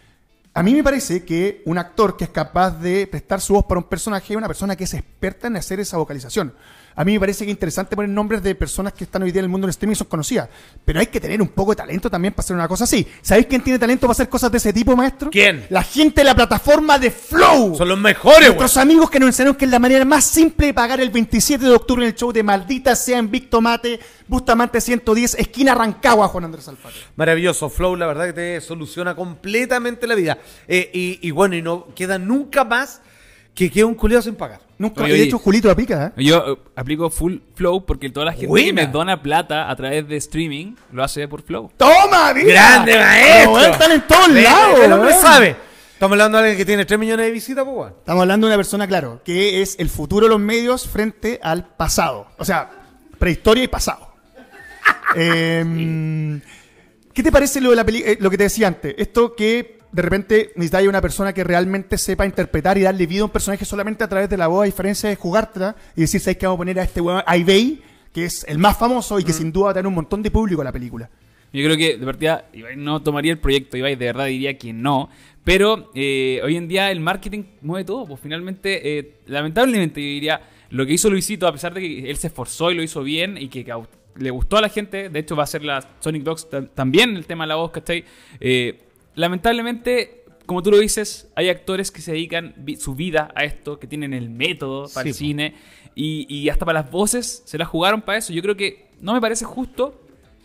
A mí me parece que un actor que es capaz de prestar su voz para un personaje es una persona que es experta en hacer esa vocalización. A mí me parece que es interesante poner nombres de personas que están hoy día en el mundo del streaming y son conocidas. Pero hay que tener un poco de talento también para hacer una cosa así. ¿Sabéis quién tiene talento para hacer cosas de ese tipo, maestro? ¿Quién? La gente de la plataforma de Flow. Son los mejores, weón. Nuestros amigos que nos enseñaron que es la manera más simple de pagar el veintisiete de octubre en el show de Maldita Sea en Big Tomate, Bustamante ciento diez, esquina Rancagua, Juan Andrés Alfaro. Maravilloso, Flow, la verdad que te soluciona completamente la vida. Eh, y, y bueno, y no queda nunca más que queda un culiado sin pagar. Nunca, Oye, de oye. hecho, Julito aplica, ¿eh? Yo eh, aplico full Flow porque toda la gente Buena. que me dona plata a través de streaming lo hace por Flow. ¡Toma, mira! ¡Grande, maestro! Pero, weón, están en todos El- lados, El hombre weón. sabe. Estamos hablando de alguien que tiene tres millones de visitas, pues, weón. Estamos hablando de una persona, claro, que es el futuro de los medios frente al pasado. O sea, prehistoria y pasado. Eh, ¿Qué te parece lo de la peli- eh, lo que te decía antes? Esto que de repente necesitáis una persona que realmente sepa interpretar y darle vida a un personaje solamente a través de la voz, a diferencia de jugártela y decir, ¿sabes qué vamos a poner a este weón, a Ibey, que es el más famoso y que sin duda va a tener un montón de público en la película? Yo creo que de partida Ibai no tomaría el proyecto, Ibai de verdad diría que no. Pero eh, hoy en día el marketing mueve todo. Pues finalmente, eh, lamentablemente yo diría, lo que hizo Luisito, a pesar de que él se esforzó y lo hizo bien y que cau- le gustó a la gente, de hecho va a ser la Sonic Dogs tam- también el tema de la voz, ¿cachai? Eh, lamentablemente, como tú lo dices, hay actores que se dedican vi- su vida a esto, que tienen el método para Sí, el po. cine y, y hasta para las voces se las jugaron para eso. Yo creo que no me parece justo.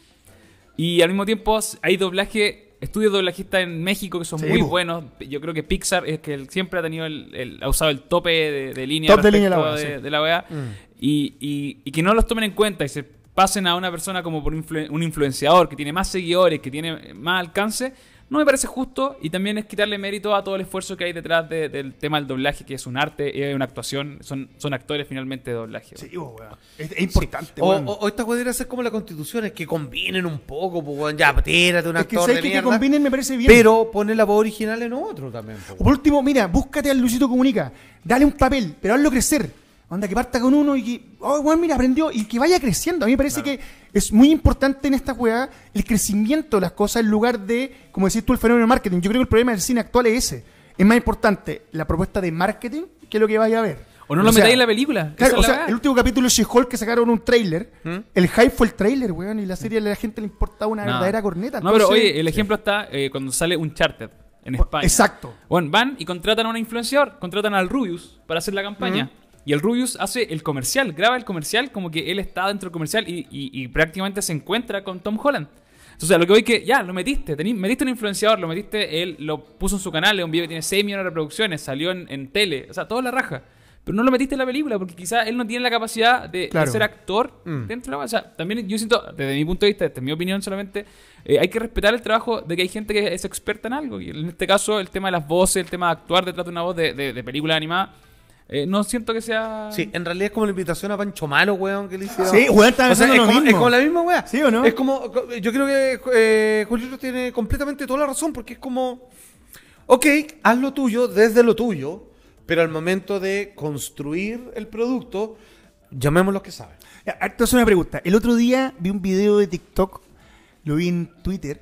Y al mismo tiempo hay doblaje, estudios doblajistas en México que son Sí, muy po. buenos. Yo creo que Pixar es que él siempre ha tenido el, el- ha usado el tope de, de línea Top de línea de la respecto wea, de, sí. de la wea. Y, y- y que no los tomen en cuenta y se pasen a una persona como por influ- un influenciador que tiene más seguidores, que tiene más alcance, no me parece justo y también es quitarle mérito a todo el esfuerzo que hay detrás de- del tema del doblaje, que es un arte, es una actuación, son, son actores finalmente de doblaje. Sí, weón. Es, es importante, O, weón. o, o esta podría ser como la constitución, es que combinen un poco, pues, weón. Ya, tírate un Es que actor sabes de que, que mierda, combinen me parece bien. pero pone la voz original en otro también, pues, O por último, mira, búscate al Luisito Comunica, dale un papel, pero hazlo crecer. Onda, que parta con uno y que, oh, bueno, mira, aprendió y que vaya creciendo. A mí me parece que es muy importante en esta weá el crecimiento de las cosas en lugar de, como decís tú, el fenómeno de marketing. Yo creo que el problema del cine actual es ese. Es más importante la propuesta de marketing que lo que vaya a ver. O no lo sea, metáis en la película. Claro, esa o es la sea, weá. el último capítulo de She-Hulk que sacaron un trailer, ¿Mm? el hype fue el trailer, weón, y la serie a la gente le importaba una No. verdadera corneta. No, pero Entonces- oye, el ejemplo está eh, cuando sale Uncharted en España. Exacto. Bueno, van y contratan a un influenciador, contratan al Rubius para hacer la campaña. Y el Rubius hace el comercial, graba el comercial como que él está dentro del comercial y, y- y prácticamente se encuentra con Tom Holland. Entonces, a lo que voy que ya, lo metiste, tení- metiste un influenciador, lo metiste, él lo puso en su canal, es un video que tiene seis millones de reproducciones, salió en, en tele, o sea, toda la raja. Pero no lo metiste en la película porque quizás él no tiene la capacidad de, de Claro. ser actor Mm. dentro de la... O sea, también yo siento, desde mi punto de vista, desde mi opinión solamente, eh, hay que respetar el trabajo de que hay gente que es experta en algo. Y en este caso, el tema de las voces, el tema de actuar detrás de una voz de, de, de película animada, eh, no siento que sea... Sí, en realidad es como la invitación a Pancho Malo, weón, que le hicieron. Sí, weón, estaba O sea, pensando es lo como, mismo. es como la misma weá. ¿Sí o no? Es como, yo creo que eh, Julio tiene completamente toda la razón, porque es como, ok, haz lo tuyo desde lo tuyo, pero al momento de construir el producto, llamemos los que saben. Ya, entonces una pregunta. El otro día vi un video de TikTok, lo vi en Twitter,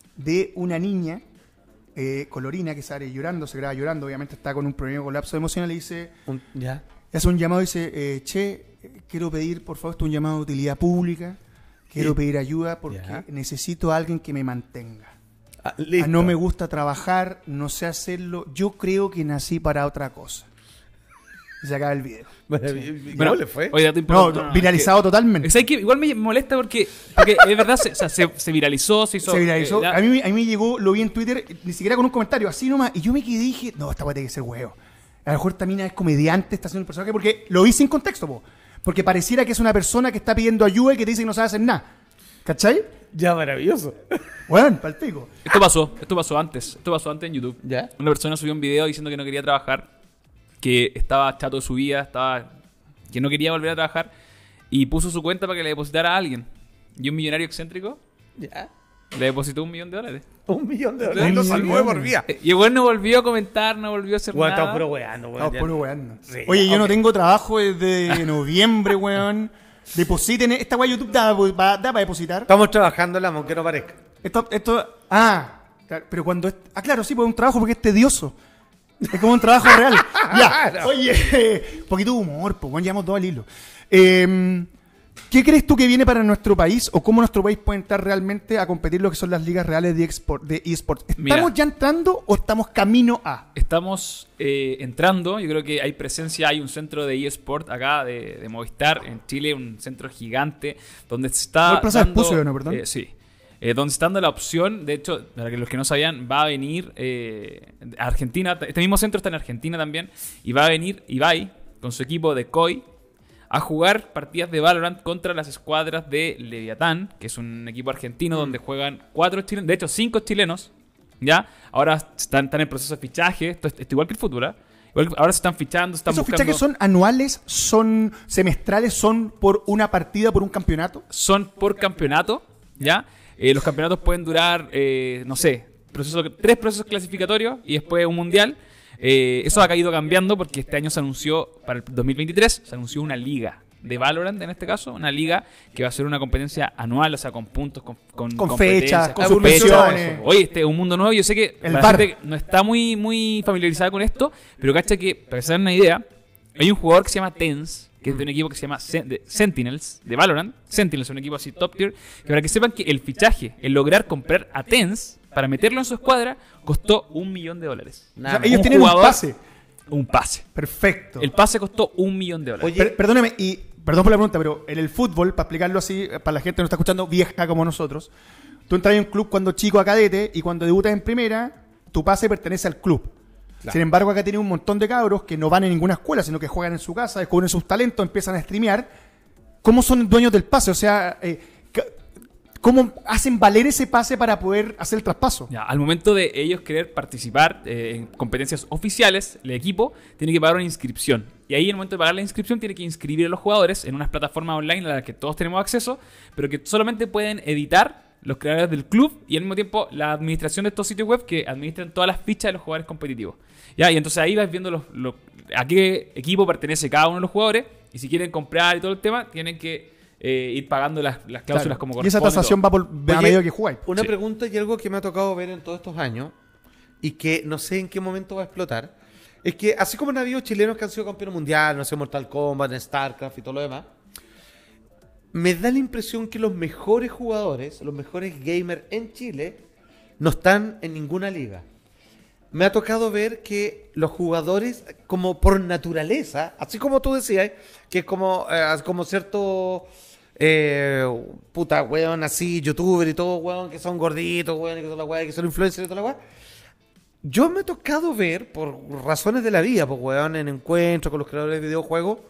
de una niña eh, colorina que sale llorando, se graba llorando, obviamente está con un problema de colapso emocional y dice, Un- ¿Ya? hace un llamado y dice, eh, che, eh, quiero pedir, por favor, esto es un llamado de utilidad pública, quiero Sí. pedir ayuda porque Ya. necesito a alguien que me mantenga. Ah, Ah, listo. no me gusta trabajar, no sé hacerlo, yo creo que nací para otra cosa. Y se acaba el video. ¿Y Bueno, ¿Cómo le fue? Oye, dato No, importante, no, no, viralizado es totalmente. que- ¿sabes qué? Igual me molesta porque, porque es verdad, se, o sea, se, se viralizó, se hizo... Se viralizó. eh, ya- a, mí, a mí me llegó, lo vi en Twitter, ni siquiera con un comentario, así nomás. Y yo me quedé y dije, no, esta weá tiene que ser huevo. A lo mejor esta mina es comediante, está haciendo un personaje, porque lo vi sin contexto, po. Porque pareciera que es una persona que está pidiendo ayuda y que te dice que no sabe hacer nada. ¿Cachai? Ya, maravilloso. Bueno, palpico. Esto pasó, esto pasó antes, esto pasó antes en YouTube. ¿Ya? Una persona subió un video diciendo que no quería trabajar, que estaba chato de su vida, estaba que no quería volver a trabajar y puso su cuenta para que le depositara a alguien. Y un millonario excéntrico ¿Ya? le depositó un millón de dólares. Un millón de Un dólares. Lo millón. salvó de por vida. Eh, Y el weón no volvió a comentar, no volvió a hacer Weón, nada. estamos puro weando, weón. No, ya. puro weón. Sí, Oye, ya, yo no ok. tengo trabajo desde noviembre, weón. Depositen. Esta weá YouTube da, va- da para depositar. Estamos trabajando la aunque no parezca. Esto, esto, ah, claro, pero cuando es, ah, claro, sí, pues es un trabajo porque es tedioso. Es como un trabajo real. Ya, Claro. oye, poquito de humor, pues, bueno, llevamos todo al hilo. Eh, ¿Qué crees tú que viene para nuestro país o cómo nuestro país puede entrar realmente a competir lo que son las ligas reales de export- de eSports? ¿Estamos Mira. ya entrando o estamos camino a? Estamos eh, entrando, yo creo que hay presencia, hay un centro de eSport acá de, de Movistar en Chile, un centro gigante donde se está ¿Fue el Plaza dando, Vespucio, no, perdón? eh, sí, eh, donde está dando la opción, de hecho, para que los que no sabían, va a venir eh, a Argentina, este mismo centro está en Argentina también, y va a venir Ibai con su equipo de C O I a jugar partidas de Valorant contra las escuadras de Leviatán, que es un equipo argentino mm. donde juegan cuatro chilenos, de hecho cinco chilenos, ¿ya? Ahora están, están en proceso de fichaje, esto, esto igual que el Futura, igual, ahora se están fichando, están ¿Esos buscando... fichajes son anuales, son semestrales, son por una partida, por un campeonato? Son por campeonato, ¿ya? Eh, los campeonatos pueden durar, eh, no sé, proceso, tres procesos clasificatorios y después un mundial. Eh, eso ha caído cambiando porque este año se anunció, para el dos mil veintitrés, se anunció una liga de Valorant, en este caso, una liga que va a ser una competencia anual, o sea, con puntos, con, con, con fechas, con suspensiones. Oye, este es un mundo nuevo. Yo sé que el la bar. gente no está muy, muy familiarizada con esto, pero cacha que, para que se den una idea, hay un jugador que se llama Tense, que es de un equipo que se llama Sentinels, de Valorant. Sentinels es un equipo así top tier, que para que sepan que el fichaje, el lograr comprar a Tense para meterlo en su escuadra, costó un millón de dólares. O sea, ellos un tienen jugador, un pase. Un pase. Perfecto. El pase costó un millón de dólares. Oye, per perdóneme, y perdón por la pregunta, pero en el fútbol, para explicarlo así, para la gente que nos está escuchando vieja como nosotros, tú entras en un club cuando chico a cadete y cuando debutas en primera, tu pase pertenece al club. Claro. Sin embargo, acá tiene un montón de cabros que no van en ninguna escuela, sino que juegan en su casa, descubren sus talentos, empiezan a streamear. ¿Cómo son dueños del pase? O sea, eh, ¿cómo hacen valer ese pase para poder hacer el traspaso? Ya, al momento de ellos querer participar eh, en competencias oficiales, el equipo tiene que pagar una inscripción. Y ahí, en el momento de pagar la inscripción, tiene que inscribir a los jugadores en unas plataformas online a las que todos tenemos acceso, pero que solamente pueden editar los creadores del club y al mismo tiempo la administración de estos sitios web que administran todas las fichas de los jugadores competitivos. ¿Ya? Y entonces ahí vas viendo los, los, a qué equipo pertenece cada uno de los jugadores, y si quieren comprar y todo el tema, tienen que eh, ir pagando las, las cláusulas, claro, como corresponde. Y esa tasación va por Oye, a medida que jugáis. Una sí. pregunta y algo que me ha tocado ver en todos estos años y que no sé en qué momento va a explotar, es que así como han habido chilenos que han sido campeones mundiales, no sé, Mortal Kombat, en StarCraft y todo lo demás, me da la impresión que los mejores jugadores, los mejores gamers en Chile, no están en ninguna liga. Me ha tocado ver que los jugadores, como por naturaleza, así como tú decías, que es como, eh, como cierto eh, puta, weón, así, youtuber y todo, weón, que son gorditos, weón, y que son la weón, que son influencers y toda la weón. Yo me he tocado ver, por razones de la vida, pues weón, en encuentros con los creadores de videojuegos,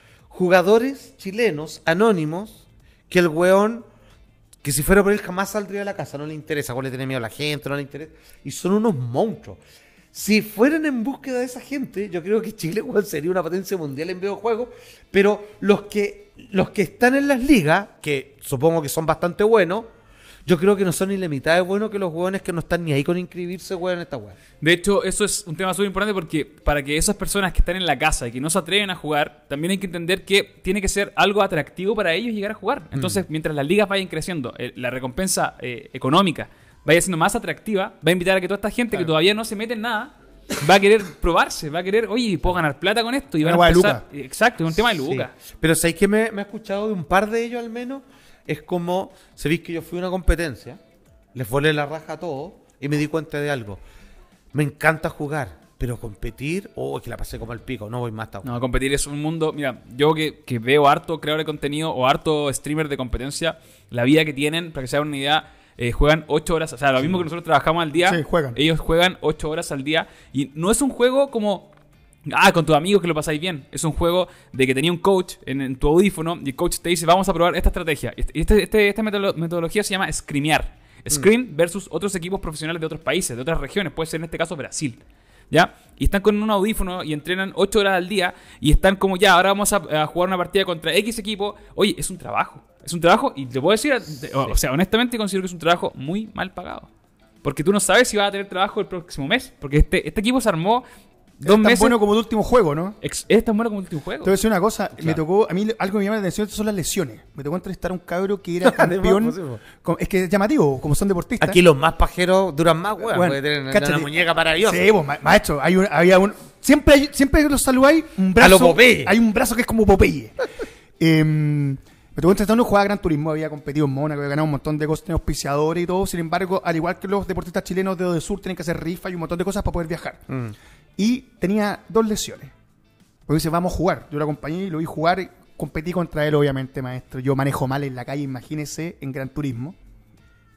jugadores chilenos anónimos que el weón, que si fuera por él jamás saldría de la casa, no le interesa, cuál le tiene miedo a la gente, no le interesa, y son unos monstruos. Si fueran en búsqueda de esa gente, yo creo que Chile, weón, sería una potencia mundial en videojuegos, pero los que, los que están en las ligas, que supongo que son bastante buenos, yo creo que no son ni la mitad de buenos que los hueones que no están ni ahí con inscribirse, weón, en esta weón. De hecho, eso es un tema súper importante porque para que esas personas que están en la casa y que no se atreven a jugar, también hay que entender que tiene que ser algo atractivo para ellos llegar a jugar. Entonces, mm. mientras las ligas vayan creciendo, eh, la recompensa eh, económica vaya siendo más atractiva, va a invitar a que toda esta gente, claro, que todavía no se mete en nada, va a querer probarse, va a querer, oye, puedo ganar plata con esto. Y van a empezar. Exacto, es un tema de Luca. Sí. Pero ¿sabéis que me, me he escuchado de un par de ellos al menos? Es como, sabéis que yo fui a una competencia, les volé la raja a todos y me di cuenta de algo. Me encanta jugar, pero competir, oh, que la pasé como el pico, no voy más. Tan... No, competir es un mundo, mira, yo que, que veo harto creador de contenido o harto streamer de competencia, la vida que tienen, para que se hagan una idea, eh, juegan ocho horas, o sea, lo mismo que nosotros trabajamos al día, sí, juegan. Ellos juegan ocho horas al día y no es un juego como... Ah, con tus amigos que lo pasáis bien. Es un juego de que tenía un coach en, en tu audífono y el coach te dice, vamos a probar esta estrategia. Y este, este, esta metodología se llama scrimear. Scrim mm. versus otros equipos profesionales de otros países, de otras regiones. Puede ser en este caso Brasil. ¿Ya? Y están con un audífono y entrenan ocho horas al día y están como, ya, ahora vamos a, a jugar una partida contra X equipo. Oye, es un trabajo. Es un trabajo y te puedo decir, o, o sea, honestamente considero que es un trabajo muy mal pagado. Porque tú no sabes si vas a tener trabajo el próximo mes. Porque este, este equipo se armó... Es tan meses. bueno como el último juego, ¿no? Es, es tan bueno como el último juego. Te voy a decir una cosa, claro. me tocó, a mí algo que me llama la atención son las lesiones. Me tocó entrevistar a un cabro que era campeón. Con, es que es llamativo, como son deportistas. Aquí los más pajeros duran más, weón. Bueno, tienen una muñeca maravillosa. Sí, pues, maestro, hay un, había un. Siempre hay, siempre que los saludáis, un brazo. A lo Popeye. Hay un brazo que es como Popeye. eh, me tocó entrevistar a uno que jugaba Gran Turismo, había competido en Mónaco, había ganado un montón de cosas, auspiciadores y todo. Sin embargo, al igual que los deportistas chilenos de Odesur, tienen que hacer rifas y un montón de cosas para poder viajar. Mm. Y tenía dos lesiones. Porque dice, vamos a jugar. Yo lo acompañé y lo vi jugar. Y competí contra él, obviamente, maestro. Yo manejo mal en la calle, imagínese, en Gran Turismo.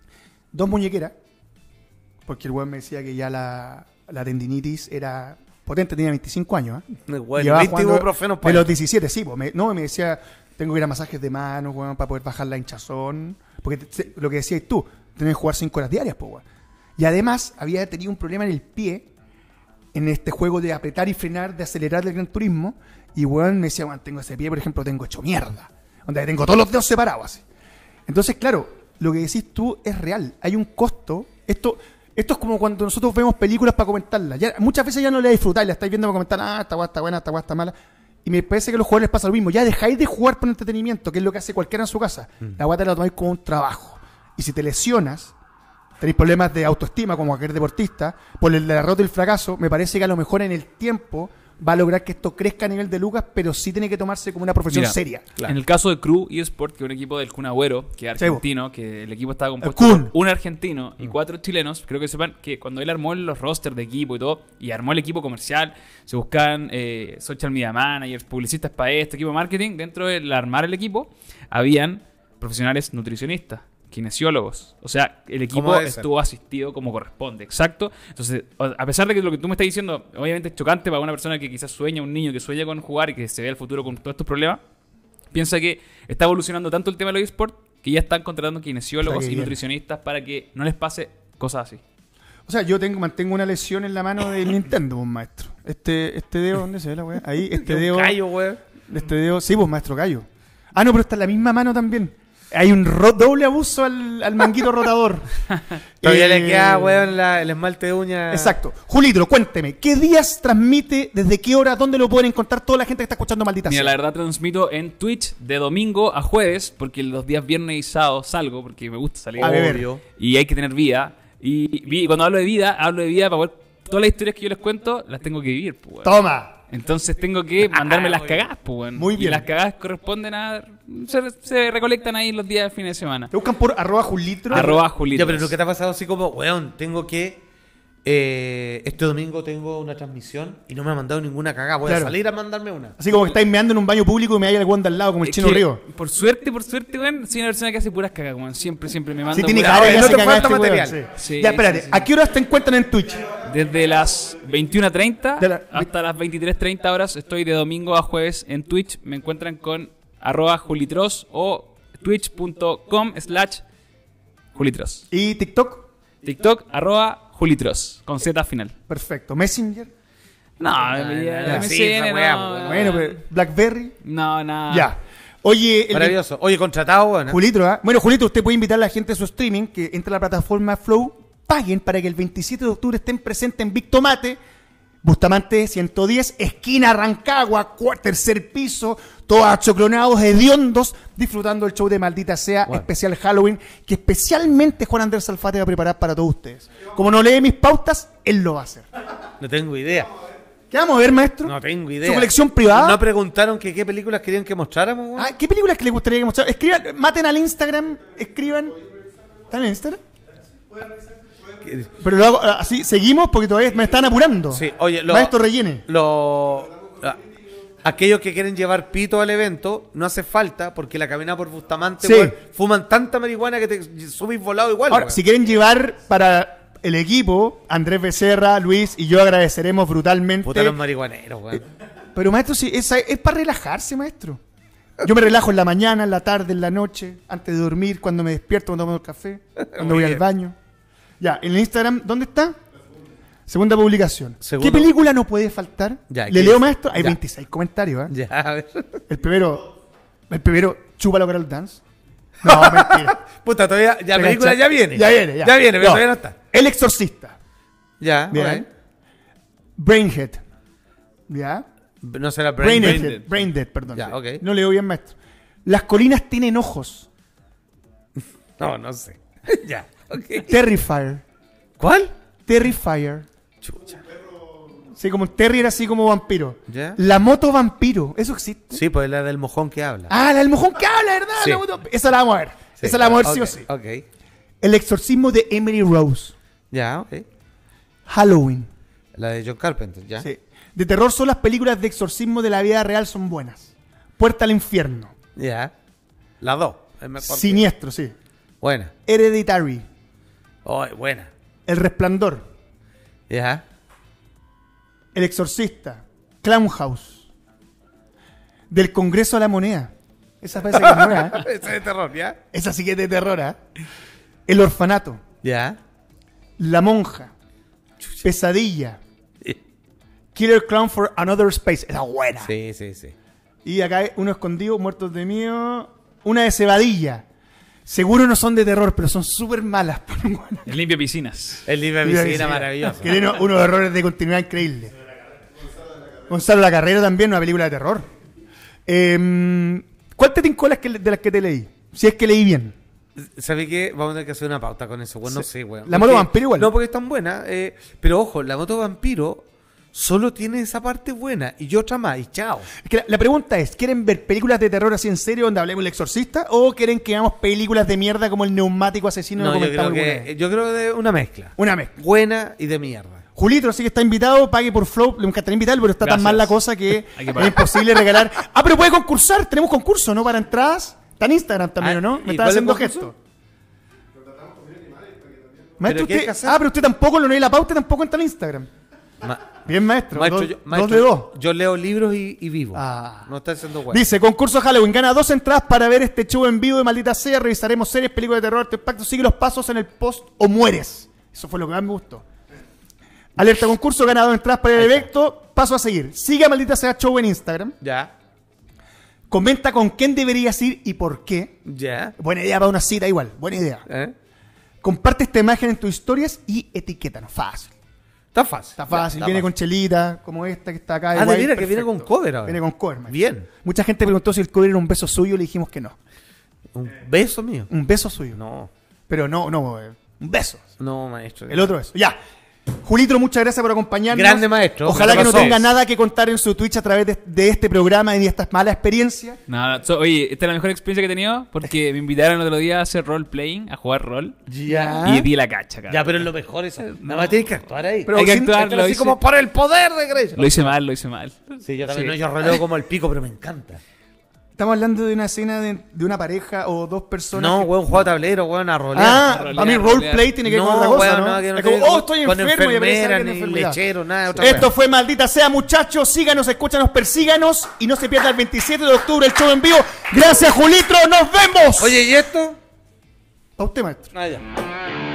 dos muñequeras, porque el weón me decía que ya la, la tendinitis era potente, tenía veinticinco años. ¿eh? Bueno, Llevaba veinte jugando ibuprofenos de para los diecisiete, sí. Pues, me, no, me decía, tengo que ir a masajes de manos, weón, para poder bajar la hinchazón. Porque te, lo que decías tú, tenés que jugar cinco horas diarias, pues, weón. Y además, había tenido un problema en el pie, en este juego de apretar y frenar, de acelerar del Gran Turismo. Y, weón, me decía, weón, tengo ese pie, por ejemplo, tengo hecho mierda. Donde tengo todos los dedos separados, así. Entonces, claro, lo que decís tú es real. Hay un costo. Esto... Esto es como cuando nosotros vemos películas para comentarlas. Ya, muchas veces ya no la disfrutáis, la estáis viendo para comentar, ah, esta guay está buena, esta guay está mala. Y me parece que a los jugadores les pasa lo mismo. Ya dejáis de jugar por entretenimiento, que es lo que hace cualquiera en su casa. Mm. La guay te la tomáis como un trabajo. Y si te lesionas, tenéis problemas de autoestima como cualquier deportista, por el derrota y el fracaso, me parece que a lo mejor en el tiempo va a lograr que esto crezca a nivel de lucas, pero sí tiene que tomarse como una profesión Mira, seria. Claro. En el caso de Crew eSport, que es un equipo del Kun Agüero, que es argentino, sí, que el equipo estaba compuesto por un argentino y cuatro chilenos, creo que sepan que cuando él armó los rosters de equipo y todo, y armó el equipo comercial, se buscaban eh, social media managers, publicistas para esto, equipo de marketing, dentro de armar el equipo, habían profesionales nutricionistas, kinesiólogos. O sea, el equipo estuvo asistido como corresponde. Exacto. Entonces, a pesar de que lo que tú me estás diciendo, obviamente es chocante para una persona que quizás sueña, un niño que sueña con jugar y que se ve el futuro con todos estos problemas, piensa que está evolucionando tanto el tema de los eSports que ya están contratando kinesiólogos y bien. nutricionistas para que no les pase cosas así. O sea, yo tengo mantengo una lesión en la mano del Nintendo, pues, maestro. Este, este dedo, ¿dónde se ve la weá? Ahí, este dedo. Callo, weón. Este dedo, sí, pues, maestro, callo. Ah, no, pero está en la misma mano también. Hay un ro- doble abuso al, al manguito rotador. Todavía eh, le queda, weón, la, el esmalte de uña. Exacto. Julitro, cuénteme, ¿qué días transmite, desde qué hora, dónde lo pueden encontrar toda la gente que está escuchando Maldita Mira, Sea? la verdad transmito en Twitch de domingo a jueves, porque los días viernes y sábado salgo, porque me gusta salir. A beber. Y hay que tener vida. Y, y cuando hablo de vida, hablo de vida para poder... Todas las historias que yo les cuento, las tengo que vivir, pues. Toma. Entonces tengo que mandarme las cagadas, pues, bueno. Muy bien. Y las cagadas corresponden a... Se, se recolectan ahí los días de fin de semana. Te buscan por arroba julitro. Arroba julitro. Ya, pero lo que te ha pasado así como, weón, tengo que... Eh, este domingo tengo una transmisión y no me ha mandado ninguna cagada. Voy Claro. a salir a mandarme una. Así como que estáis meando en un baño público y me hay el guante al lado, como el Es Chino que, Río. Por suerte, por suerte, weón, soy una persona que hace puras cagadas, weón. Siempre, siempre me manda Sí, tiene puras cara de que no hace te cagada falta este weón, material. sí. Sí, Ya, espérate, sí, sí. ¿a qué horas te encuentran en Twitch? Desde las veintiuna treinta De la- hasta las veintitrés treinta horas estoy de domingo a jueves en Twitch. Me encuentran con arroba julitros o twitch.com slash julitros. ¿Y TikTok? TikTok arroba julitros con Z final. Perfecto. ¿Messenger? No, no, ya, no, ya, sí, M S N, esa weá, no, pues, Bueno, pues, BlackBerry. no, nada. Ya. Oye, el Maravilloso. Oye, contratado, weón. Julitro, ¿ah? Bueno, Julito, usted puede invitar a la gente a su streaming, que entre a la plataforma Flow, paguen para que el veintisiete de octubre estén presentes en Big Tomate, Bustamante ciento diez, esquina Rancagua, cua- tercer piso, todos achoclonados, hediondos, disfrutando el show de Maldita Sea, Bueno. especial Halloween, que especialmente Juan Andrés Salfate va a preparar para todos ustedes. Como no lee mis pautas, él lo va a hacer. No tengo idea. ¿Qué vamos a ver, maestro? No tengo idea. ¿Su colección privada? ¿No preguntaron que qué películas querían que mostráramos, weón? Ah, ¿qué películas que les gustaría que mostrar? Escriban, maten al Instagram, escriban. ¿Están en Instagram? Que- Pero lo hago así, seguimos porque todavía me están apurando. Sí, oye, lo- Maestro rellene. Lo, a- aquellos que quieren llevar pito al evento, no hace falta, porque la caminada por Bustamante, Sí. weón, fuman tanta marihuana que te subís volado igual. Ahora, weón. si quieren llevar para el equipo, Andrés Becerra, Luis y yo agradeceremos brutalmente. Puta los marihuaneros, weón. Pero maestro, sí, esa- es para relajarse, maestro. Yo me relajo en la mañana, en la tarde, en la noche, antes de dormir, cuando me despierto, cuando tomo el café, cuando Muy voy al bien. baño. Ya, en el Instagram, ¿dónde está? Segunda publicación. Segundo- ¿Qué película no puede faltar? Ya, Le ¿qué leo, es? maestro. Hay Ya. veintiséis comentarios, ¿eh? Ya, a ver. El primero, el primero, chúpalo Carol Dance. No, mentira. Puta, todavía, ya ¿Te la película cachai? ya viene. Ya viene, ya. Ya viene, pero No. todavía no está. El Exorcista. Ya, Bien. ok. Brainhead. ¿Ya? No será Brain Brainhead. Brain Dead. Brain Dead, perdón. Ya, ok. No leo bien, maestro. Las colinas tienen ojos. No, no sé. Ya, ok. Terrifier. ¿Cuál? Terrifier. Chucha. Sí, como un terrier así como vampiro. Ya. La moto vampiro. ¿Eso existe? Sí, pues la del mojón que habla. Ah, la del mojón que habla, ¿verdad? Sí. La moto- Esa la vamos a ver. Sí. Esa la vamos a ver Ok, sí o sí. Ok. El exorcismo de Emily Rose. Ya, ok. Halloween. La de John Carpenter, ya. Sí. De terror son las películas de exorcismo de la vida real, son buenas. Puerta al infierno. Ya. Las dos. Es mejor que- Siniestro, sí. Buena. Hereditary. Oh, buena. El Resplandor, Ya. El Exorcista, Clown House, Del Congreso a la Moneda. Esa parece que es nueva, ¿eh? Esa es de terror, ¿ya? Esa sí que es de terror, ¿eh? El Orfanato, Ya. La Monja, Pesadilla, Killer Clown for Another Space. Esa es buena. Sí, sí, sí. Y acá hay uno escondido, Muertos de Miedo. Una de Cebadilla. Seguro no son de terror, pero son súper malas. El limpia piscinas. El libro de piscina maravilloso. Que tiene unos errores de continuidad increíbles. Gonzalo La Carrera también, una película de terror. Eh, ¿Cuál te tincó las que- de las que te leí? Si es que leí bien. ¿Sabes qué? Vamos a tener que hacer una pauta con eso. Bueno, no Sí. sé, weón. La moto Porque- vampiro igual. No, porque es tan buena. eh, pero ojo, la moto vampiro solo tiene esa parte buena y otra más. Y chao. Es que la, la pregunta es, ¿quieren ver películas de terror así en serio donde hablemos del exorcista? ¿O quieren que veamos películas de mierda como El Neumático Asesino? No, que yo creo comentamos alguna que vez? yo creo de una mezcla. Una mezcla. Buena y de mierda. Julito, así que está invitado, pague por Flow. Le encantaría invitarlo, pero está tan Gracias. mal la cosa que Hay que es pagar. imposible regalar. Ah, pero puede concursar. Tenemos concurso, ¿no? Para entradas. Está en Instagram también, Ah, ¿o no? ¿y Me está cuál es el haciendo concurso? gesto. Maestro, ¿Pero qué hay usted, que hacer? ah, pero usted tampoco lo lee la pauta y tampoco entra en Instagram. Ma- Bien, maestro. maestro, dos, yo, dos maestro, de dos. yo leo libros y, y vivo. Ah. No está haciendo huevo. Dice, concurso Halloween, gana dos entradas para ver este show en vivo de Maldita Sea, revisaremos series, películas de terror, artefactos, sigue los pasos en el post o mueres. Eso fue lo que más me gustó. Alerta concurso, gana dos entradas para el Ahí está. evento, paso a seguir. Sigue a Maldita Sea Show en Instagram, Ya. comenta con quién deberías ir y por qué. Ya. Buena idea para una cita igual, buena idea. ¿Eh? Comparte esta imagen en tus historias y etiquétanos, fácil. Está fácil. Está fácil, Ya, está viene fácil. con chelita, como esta que está acá. Ah, igual, de veras, que perfecto. viene con cover ahora. Viene con cover, maestro. Bien. Mucha gente preguntó si el cover era un beso suyo y le dijimos que no. Un beso mío. Un beso suyo. No. Pero no, no, eh, un beso. No, maestro. El otro beso. Ya. Julito, muchas gracias por acompañarnos. Grande maestro. Ojalá ¿Qué que no pasó? tenga nada que contar en su Twitch a través de, de este programa y de estas malas experiencias. Nada, so- oye, esta es la mejor experiencia que he tenido porque me invitaron el otro día a hacer role-playing, a jugar rol. Ya. Y di la cacha, cara. Ya, pero es lo mejor eso. Nada más tienes que actuar ahí. Pero Hay que sin- actuar, Actuar lo así hice, como por el poder de Grace. lo hice mal, lo hice mal. Sí, yo también. Sí. No, yo roleo como el pico, pero me encanta. Estamos hablando de una escena de, de una pareja o dos personas. No, que- weón, juego de tablero, weón, a rolear. Ah, rolear, para mí rolear. roleplay tiene que ver No, con otra cosa, weón, ¿no? no, que no es como, tiene que oh, ver estoy con enfermo y aparece enfermera, alguien ni enfermedad. lechero, nada, otra Esto weá. fue Maldita Sea, muchachos. Síganos, escúchanos, persíganos y no se pierda el veintisiete de octubre el show en vivo. Gracias, Julitro. ¡Nos vemos! Oye, ¿y esto? a usted, maestro. Ah, ya.